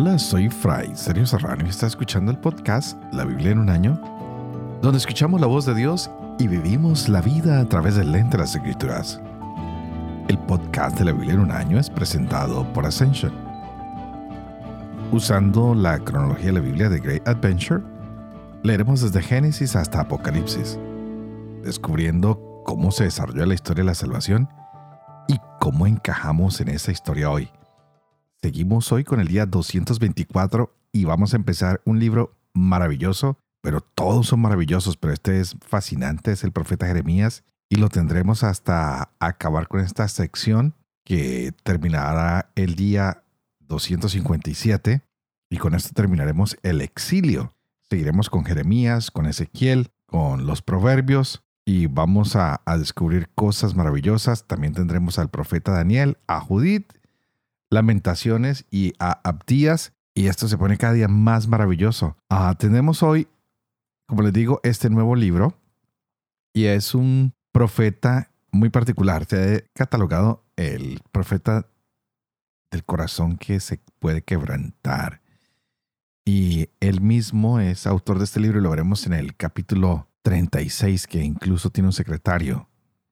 Hola, soy Fray Sergio Serrano y está escuchando el podcast La Biblia en un año, donde escuchamos la voz de Dios y vivimos la vida a través del lente de las Escrituras. El podcast de La Biblia en un año es presentado por Ascension. Usando la cronología de la Biblia de Great Adventure, leeremos desde Génesis hasta Apocalipsis, descubriendo cómo se desarrolló la historia de la salvación y cómo encajamos en esa historia hoy. Seguimos hoy con el día 224 y vamos a empezar un libro maravilloso, pero todos son maravillosos, pero este es fascinante, es el profeta Jeremías, y lo tendremos hasta acabar con esta sección que terminará el día 257, y con esto terminaremos el exilio. Seguiremos con Jeremías, con Ezequiel, con los proverbios, y vamos a descubrir cosas maravillosas. También tendremos al profeta Daniel, a Judith, Lamentaciones y a Abdías, y esto se pone cada día más maravilloso. Tenemos hoy, como les digo, este nuevo libro, y es un profeta muy particular. Se ha catalogado el profeta del corazón que se puede quebrantar, y él mismo es autor de este libro, y lo veremos en el capítulo 36, que incluso tiene un secretario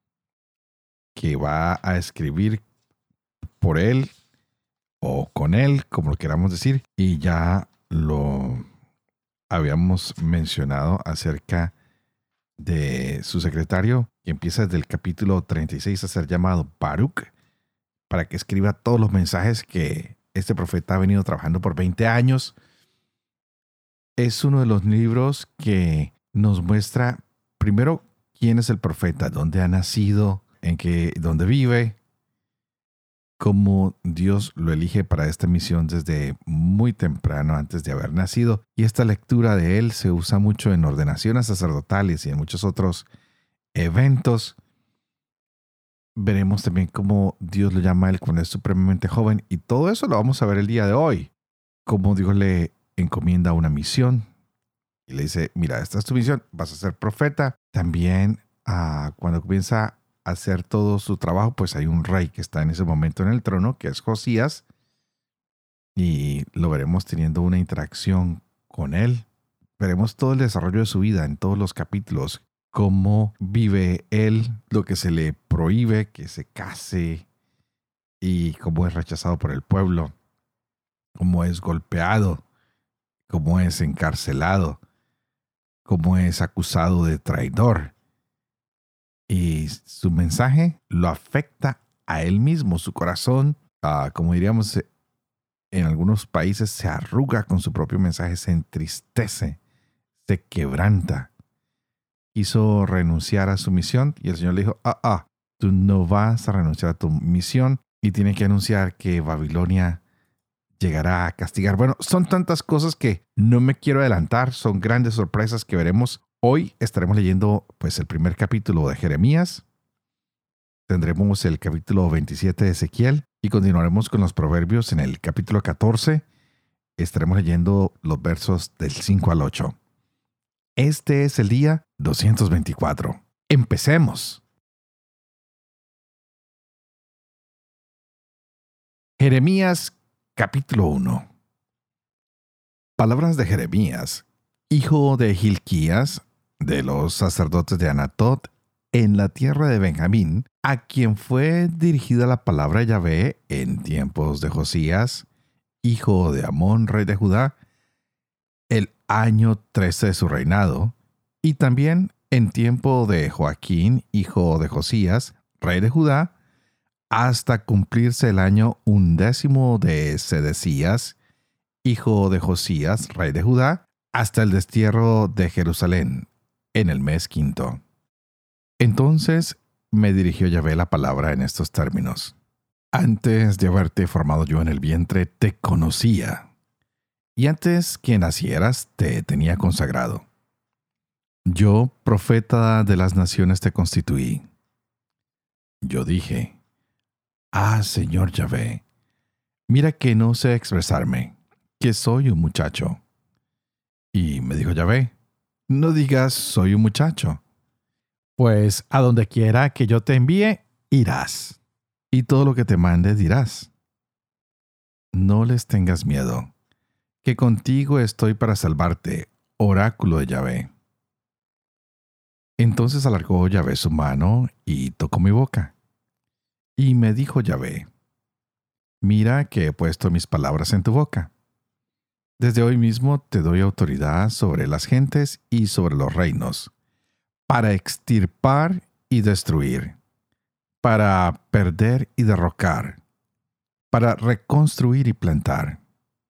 que va a escribir por él o con él, como lo queramos decir, y ya lo habíamos mencionado acerca de su secretario, que empieza desde el capítulo 36 a ser llamado Baruch, para que escriba todos los mensajes que este profeta ha venido trabajando por 20 años. Es uno de los libros que nos muestra primero quién es el profeta, dónde ha nacido, dónde vive, cómo Dios lo elige para esta misión desde muy temprano, antes de haber nacido. Y esta lectura de él se usa mucho en ordenaciones sacerdotales y en muchos otros eventos. Veremos también cómo Dios lo llama a él cuando es supremamente joven, y todo eso lo vamos a ver el día de hoy. Cómo Dios le encomienda una misión y le dice: mira, esta es tu misión, vas a ser profeta. También cuando comienza hacer todo su trabajo, pues hay un rey que está en ese momento en el trono, que es Josías, y lo veremos teniendo una interacción con él. Veremos todo el desarrollo de su vida en todos los capítulos, cómo vive él, lo que se le prohíbe, que se case, y cómo es rechazado por el pueblo, cómo es golpeado, cómo es encarcelado, cómo es acusado de traidor. Y su mensaje lo afecta a él mismo. Su corazón, como diríamos en algunos países, se arruga con su propio mensaje, se entristece, se quebranta. Quiso renunciar a su misión y el Señor le dijo: tú no vas a renunciar a tu misión, y tiene que anunciar que Babilonia llegará a castigar. Bueno, son tantas cosas que no me quiero adelantar, son grandes sorpresas que veremos. Hoy estaremos leyendo pues el primer capítulo de Jeremías, tendremos el capítulo 27 de Ezequiel y continuaremos con los proverbios en el capítulo 14. Estaremos leyendo los versos del 5 al 8. Este es el día 224. ¡Empecemos! Jeremías capítulo 1. Palabras de Jeremías, hijo de Hilquías, de los sacerdotes de Anatot, en la tierra de Benjamín, a quien fue dirigida la palabra de Yahvé en tiempos de Josías, hijo de Amón, rey de Judá, el año 13 de su reinado, y también en tiempo de Joaquín, hijo de Josías, rey de Judá, hasta cumplirse el año 11 de Sedecías, hijo de Josías, rey de Judá, hasta el destierro de Jerusalén, en el mes 5. Entonces me dirigió Yahvé la palabra en estos términos: antes de haberte formado yo en el vientre, te conocía, y antes que nacieras, te tenía consagrado. Yo, profeta de las naciones, te constituí. Yo dije: Señor Yahvé, mira que no sé expresarme, que soy un muchacho. Y me dijo Yahvé: no digas soy un muchacho, pues a donde quiera que yo te envíe, irás, y todo lo que te mande dirás. No les tengas miedo, que contigo estoy para salvarte, oráculo de Yahvé. Entonces alargó Yahvé su mano y tocó mi boca. Y me dijo Yahvé, mira que he puesto mis palabras en tu boca. Desde hoy mismo te doy autoridad sobre las gentes y sobre los reinos, para extirpar y destruir, para perder y derrocar, para reconstruir y plantar.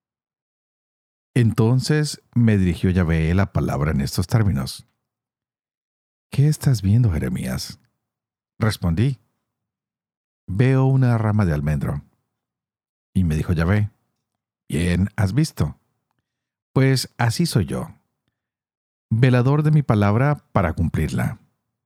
Entonces me dirigió Yahvé la palabra en estos términos. ¿Qué estás viendo, Jeremías? Respondí, veo una rama de almendro. Y me dijo Yahvé, bien has visto. Pues así soy yo, velador de mi palabra para cumplirla.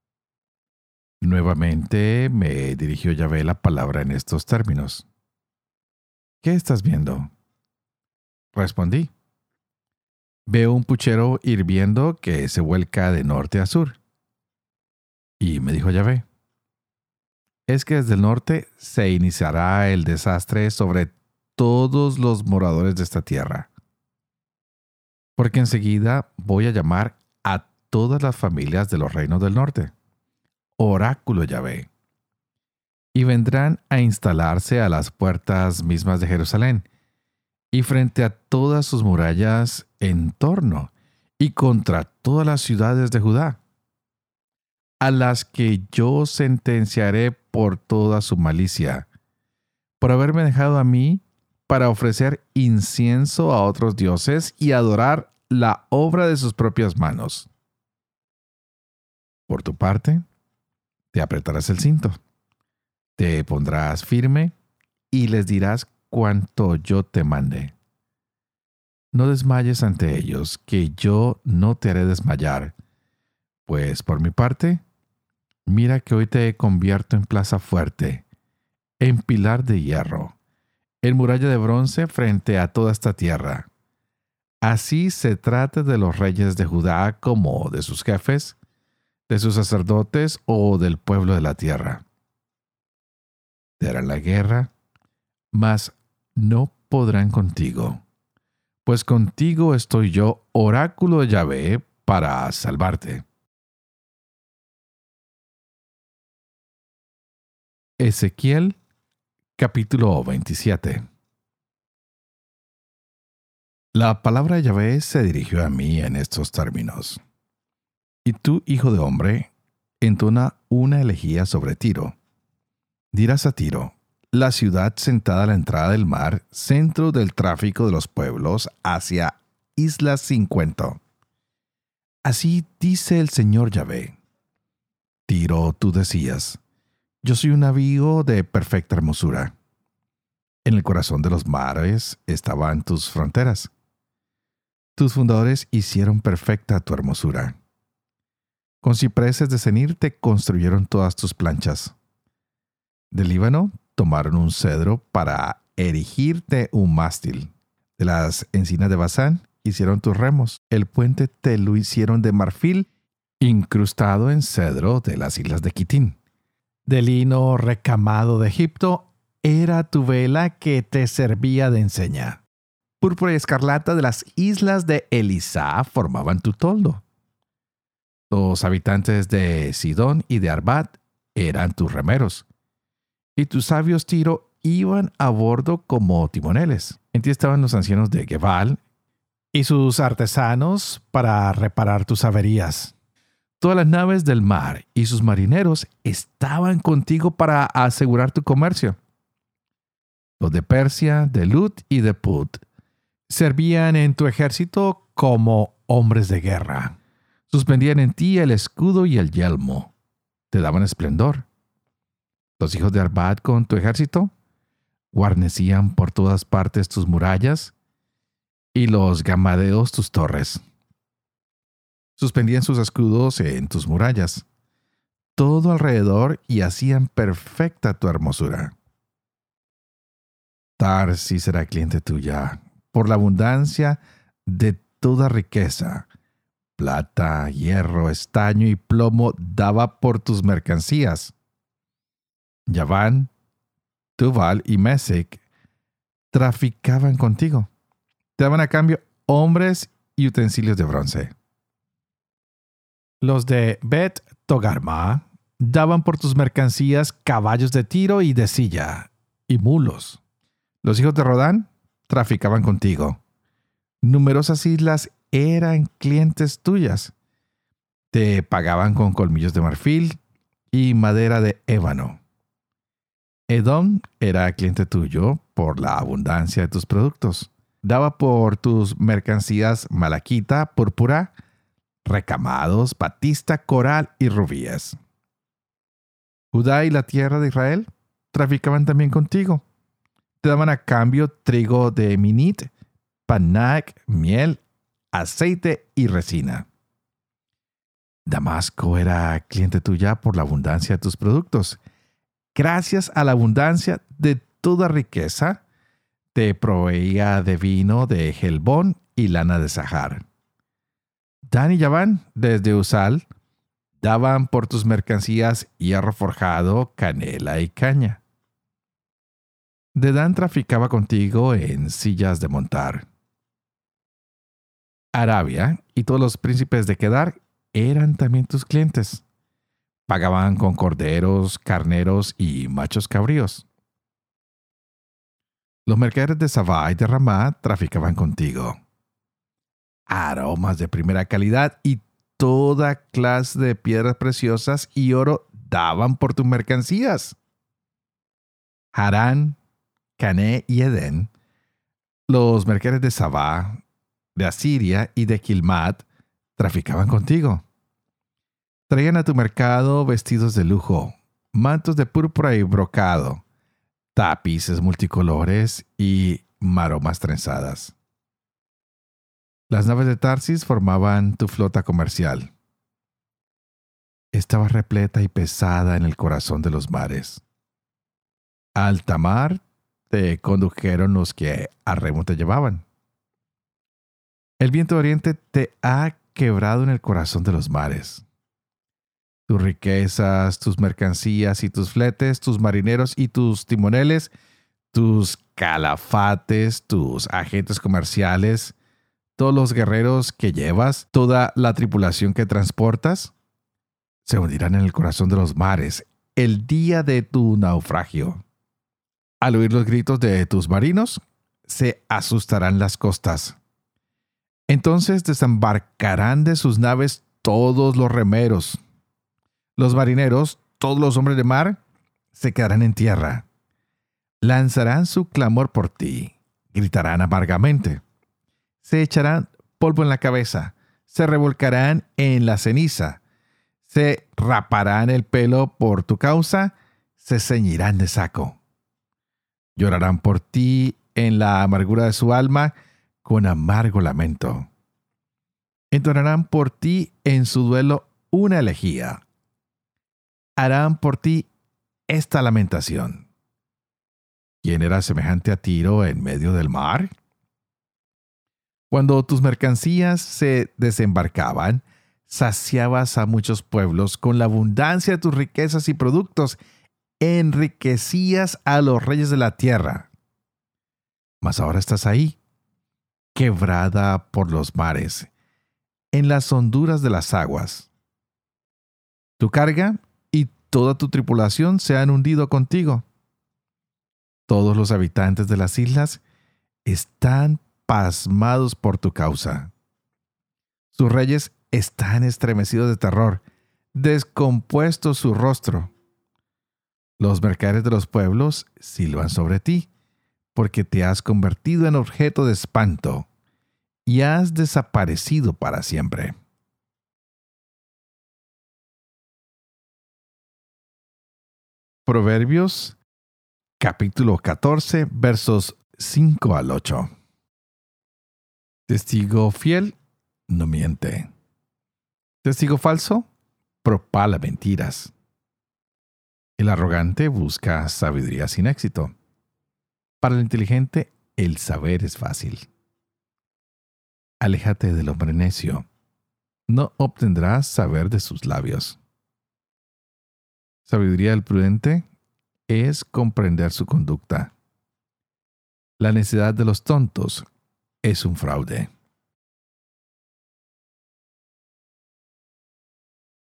Nuevamente me dirigió Yahvé la palabra en estos términos. ¿Qué estás viendo? Respondí, veo un puchero hirviendo que se vuelca de norte a sur. Y me dijo Yahvé, es que desde el norte se iniciará el desastre sobre todos los moradores de esta tierra. Porque enseguida voy a llamar a todas las familias de los reinos del norte, oráculo Yahvé, y vendrán a instalarse a las puertas mismas de Jerusalén, y frente a todas sus murallas en torno, y contra todas las ciudades de Judá, a las que yo sentenciaré por toda su malicia, por haberme dejado a mí para ofrecer incienso a otros dioses y adorar la obra de sus propias manos. Por tu parte, te apretarás el cinto, te pondrás firme y les dirás cuanto yo te mande. No desmayes ante ellos, que yo no te haré desmayar, pues por mi parte, mira que hoy te convierto en plaza fuerte, en pilar de hierro, en muralla de bronce frente a toda esta tierra. Así se trate de los reyes de Judá como de sus jefes, de sus sacerdotes o del pueblo de la tierra. Te harán la guerra, mas no podrán contigo, pues contigo estoy yo, oráculo de Yahvé, para salvarte. Ezequiel, capítulo 27. La palabra de Yahvé se dirigió a mí en estos términos. Y tú, hijo de hombre, entona una elegía sobre Tiro. Dirás a Tiro, la ciudad sentada a la entrada del mar, centro del tráfico de los pueblos hacia islas sin cuento. Así dice el Señor Yahvé. Tiro, tú decías, yo soy un navío de perfecta hermosura. En el corazón de los mares estaban tus fronteras. Tus fundadores hicieron perfecta tu hermosura. Con cipreses de Senir te construyeron todas tus planchas. Del Líbano tomaron un cedro para erigirte un mástil. De las encinas de Basán hicieron tus remos. El puente te lo hicieron de marfil, incrustado en cedro de las islas de Quitín. De lino recamado de Egipto era tu vela que te servía de enseña. Púrpura y escarlata de las islas de Elisá formaban tu toldo. Los habitantes de Sidón y de Arbat eran tus remeros. Y tus sabios Tiro iban a bordo como timoneles. En ti estaban los ancianos de Gebal y sus artesanos para reparar tus averías. Todas las naves del mar y sus marineros estaban contigo para asegurar tu comercio. Los de Persia, de Lut y de Put servían en tu ejército como hombres de guerra. Suspendían en ti el escudo y el yelmo. Te daban esplendor. Los hijos de Arbat con tu ejército guarnecían por todas partes tus murallas y los gamadeos tus torres. Suspendían sus escudos en tus murallas, todo alrededor, y hacían perfecta tu hermosura. Tarsis será cliente tuya por la abundancia de toda riqueza. Plata, hierro, estaño y plomo daba por tus mercancías. Yaván, Tubal y Mesec traficaban contigo. Te daban a cambio hombres y utensilios de bronce. Los de Bet Togarma daban por tus mercancías caballos de tiro y de silla, y mulos. Los hijos de Rodán traficaban contigo. Numerosas islas eran clientes tuyas. Te pagaban con colmillos de marfil y madera de ébano. Edom era cliente tuyo por la abundancia de tus productos. Daba por tus mercancías malaquita, púrpura, recamados, batista, coral y rubíes. Judá y la tierra de Israel traficaban también contigo. Te daban a cambio trigo de Minit, panac, miel, aceite y resina. Damasco era cliente tuya por la abundancia de tus productos. Gracias a la abundancia de toda riqueza, te proveía de vino de Helbón y lana de Sahar. Dan y Yaván, desde Usal, daban por tus mercancías hierro forjado, canela y caña. Dedán traficaba contigo en sillas de montar. Arabia y todos los príncipes de Kedar eran también tus clientes. Pagaban con corderos, carneros y machos cabríos. Los mercaderes de Sabá y de Ramá traficaban contigo. Aromas de primera calidad y toda clase de piedras preciosas y oro daban por tus mercancías. Harán, Cané y Edén, los mercaderes de Sabá, de Asiria y de Quilmat, traficaban contigo. Traían a tu mercado vestidos de lujo, mantos de púrpura y brocado, tapices multicolores y maromas trenzadas. Las naves de Tarsis formaban tu flota comercial. Estaba repleta y pesada en el corazón de los mares. A alta mar te condujeron los que a remo te llevaban. El viento de oriente te ha quebrado en el corazón de los mares. Tus riquezas, tus mercancías y tus fletes, tus marineros y tus timoneles, tus calafates, tus agentes comerciales, todos los guerreros que llevas, toda la tripulación que transportas, se hundirán en el corazón de los mares el día de tu naufragio. Al oír los gritos de tus marinos, se asustarán las costas. Entonces desembarcarán de sus naves todos los remeros. Los marineros, todos los hombres de mar, se quedarán en tierra. Lanzarán su clamor por ti, gritarán amargamente. Se echarán polvo en la cabeza, se revolcarán en la ceniza, se raparán el pelo por tu causa, se ceñirán de saco. Llorarán por ti en la amargura de su alma con amargo lamento. Entonarán por ti en su duelo una elegía. Harán por ti esta lamentación. ¿Quién era semejante a Tiro en medio del mar? Cuando tus mercancías se desembarcaban, saciabas a muchos pueblos con la abundancia de tus riquezas y productos, enriquecías a los reyes de la tierra. Mas ahora estás ahí, quebrada por los mares, en las honduras de las aguas. Tu carga y toda tu tripulación se han hundido contigo. Todos los habitantes de las islas están pasmados por tu causa. Sus reyes están estremecidos de terror, descompuesto su rostro. Los mercaderes de los pueblos silban sobre ti, porque te has convertido en objeto de espanto y has desaparecido para siempre. Proverbios, capítulo 14, versos 5 al 8. Testigo fiel no miente. Testigo falso propala mentiras. El arrogante busca sabiduría sin éxito. Para el inteligente, el saber es fácil. Aléjate del hombre necio. No obtendrás saber de sus labios. Sabiduría del prudente es comprender su conducta. La necedad de los tontos es un fraude.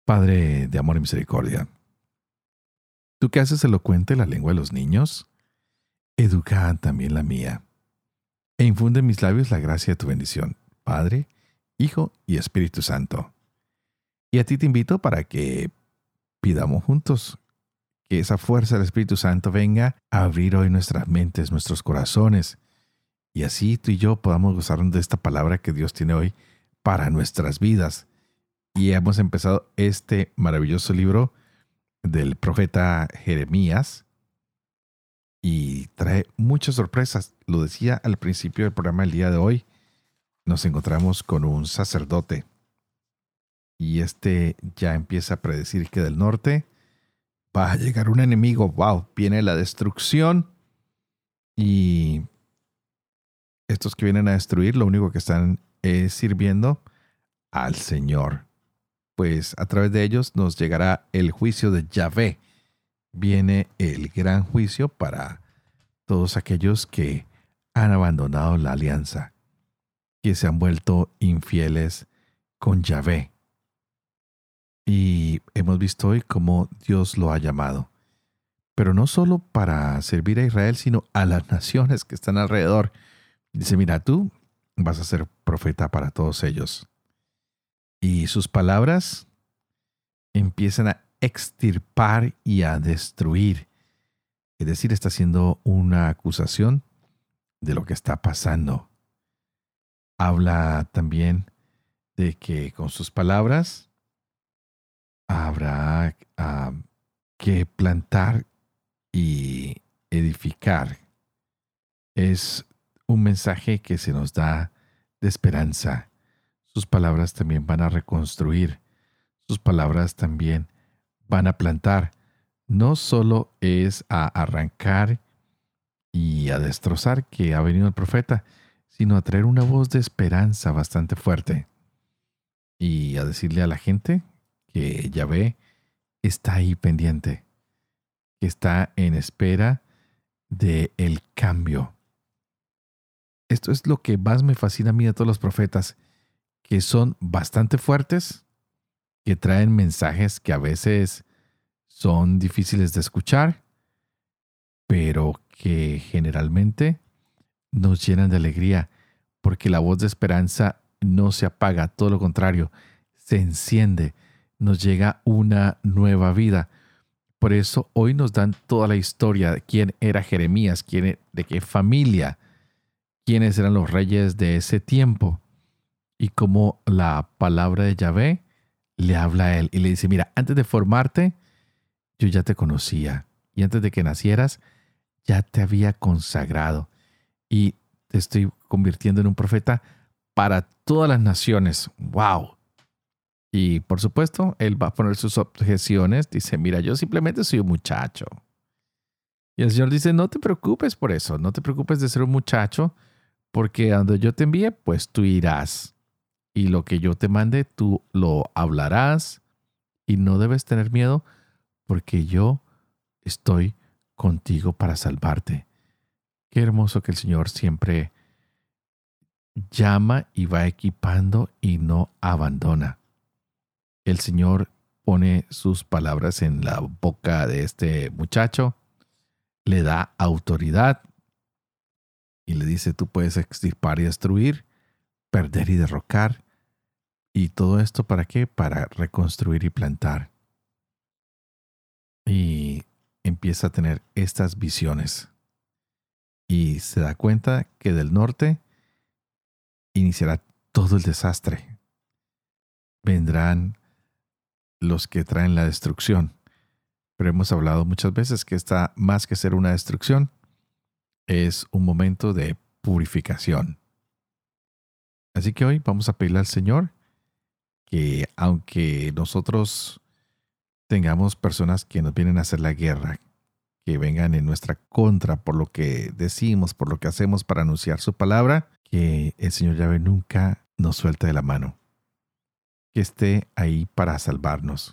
Padre de amor y misericordia, tú que haces elocuente la lengua de los niños, educa también la mía, e infunde en mis labios la gracia de tu bendición, Padre, Hijo y Espíritu Santo. Y a ti te invito para que pidamos juntos que esa fuerza del Espíritu Santo venga a abrir hoy nuestras mentes, nuestros corazones, y así tú y yo podamos gozar de esta palabra que Dios tiene hoy para nuestras vidas. Y hemos empezado este maravilloso libro del profeta Jeremías y trae muchas sorpresas. Lo decía al principio del programa el día de hoy. Nos encontramos con un sacerdote y ya empieza a predecir que del norte va a llegar un enemigo. ¡Wow! Viene la destrucción y estos que vienen a destruir lo único que están es sirviendo al Señor. Pues a través de ellos nos llegará el juicio de Yahvé. Viene el gran juicio para todos aquellos que han abandonado la alianza, que se han vuelto infieles con Yahvé. Y hemos visto hoy cómo Dios lo ha llamado, pero no solo para servir a Israel, sino a las naciones que están alrededor. Dice, mira, tú vas a ser profeta para todos ellos. Y sus palabras empiezan a extirpar y a destruir. Es decir, está haciendo una acusación de lo que está pasando. Habla también de que con sus palabras habrá que plantar y edificar. Es un mensaje que se nos da de esperanza. Sus palabras también van a reconstruir. Sus palabras también van a plantar. No solo es a arrancar y a destrozar que ha venido el profeta, sino a traer una voz de esperanza bastante fuerte y a decirle a la gente que Yahvé está ahí pendiente, que está en espera del cambio. Esto es lo que más me fascina a mí de todos los profetas, que son bastante fuertes, que traen mensajes que a veces son difíciles de escuchar, pero que generalmente nos llenan de alegría, porque la voz de esperanza no se apaga, todo lo contrario, se enciende, nos llega una nueva vida. Por eso hoy nos dan toda la historia de quién era Jeremías, de qué familia, quiénes eran los reyes de ese tiempo y cómo la palabra de Yahvé le habla a él y le dice, mira, antes de formarte, yo ya te conocía y antes de que nacieras, ya te había consagrado y te estoy convirtiendo en un profeta para todas las naciones. ¡Wow! Y por supuesto, él va a poner sus objeciones. Dice, mira, yo simplemente soy un muchacho. Y el Señor dice, no te preocupes por eso, no te preocupes de ser un muchacho, porque a donde yo te envíe, pues tú irás. Y lo que yo te mande, tú lo hablarás y no debes tener miedo porque yo estoy contigo para salvarte. Qué hermoso que el Señor siempre llama y va equipando y no abandona. El Señor pone sus palabras en la boca de este muchacho, le da autoridad y le dice, tú puedes extirpar y destruir, perder y derrocar. ¿Y todo esto para qué? Para reconstruir y plantar. Y empieza a tener estas visiones. Y se da cuenta que del norte iniciará todo el desastre. Vendrán los que traen la destrucción. Pero hemos hablado muchas veces que esta, más que ser una destrucción, es un momento de purificación. Así que hoy vamos a pedirle al Señor que aunque nosotros tengamos personas que nos vienen a hacer la guerra, que vengan en nuestra contra por lo que decimos, por lo que hacemos para anunciar su palabra, que el Señor Yahvé nunca nos suelte de la mano, que esté ahí para salvarnos,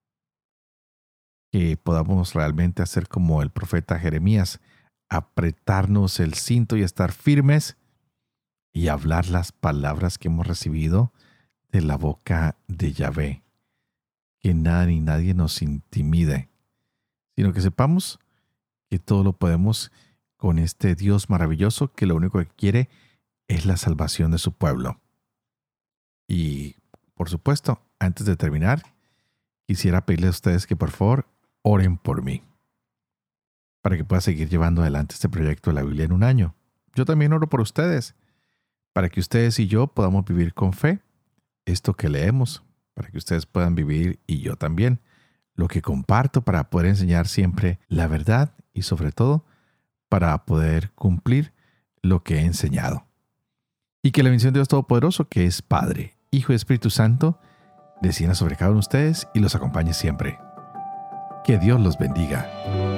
que podamos realmente hacer como el profeta Jeremías, apretarnos el cinto y estar firmes y hablar las palabras que hemos recibido de la boca de Yahvé. que nada ni nadie nos intimide, sino que sepamos que todo lo podemos con este Dios maravilloso que lo único que quiere es la salvación de su pueblo. Y, por supuesto, antes de terminar, quisiera pedirles a ustedes que por favor oren por mí, para que pueda seguir llevando adelante este proyecto de la Biblia en un año. Yo también oro por ustedes, para que ustedes y yo podamos vivir con fe esto que leemos, para que ustedes puedan vivir y yo también lo que comparto, para poder enseñar siempre la verdad y sobre todo para poder cumplir lo que he enseñado. Y que la bendición de Dios Todopoderoso, que es Padre, Hijo y Espíritu Santo, descienda sobre cada uno de ustedes y los acompañe siempre. Que Dios los bendiga.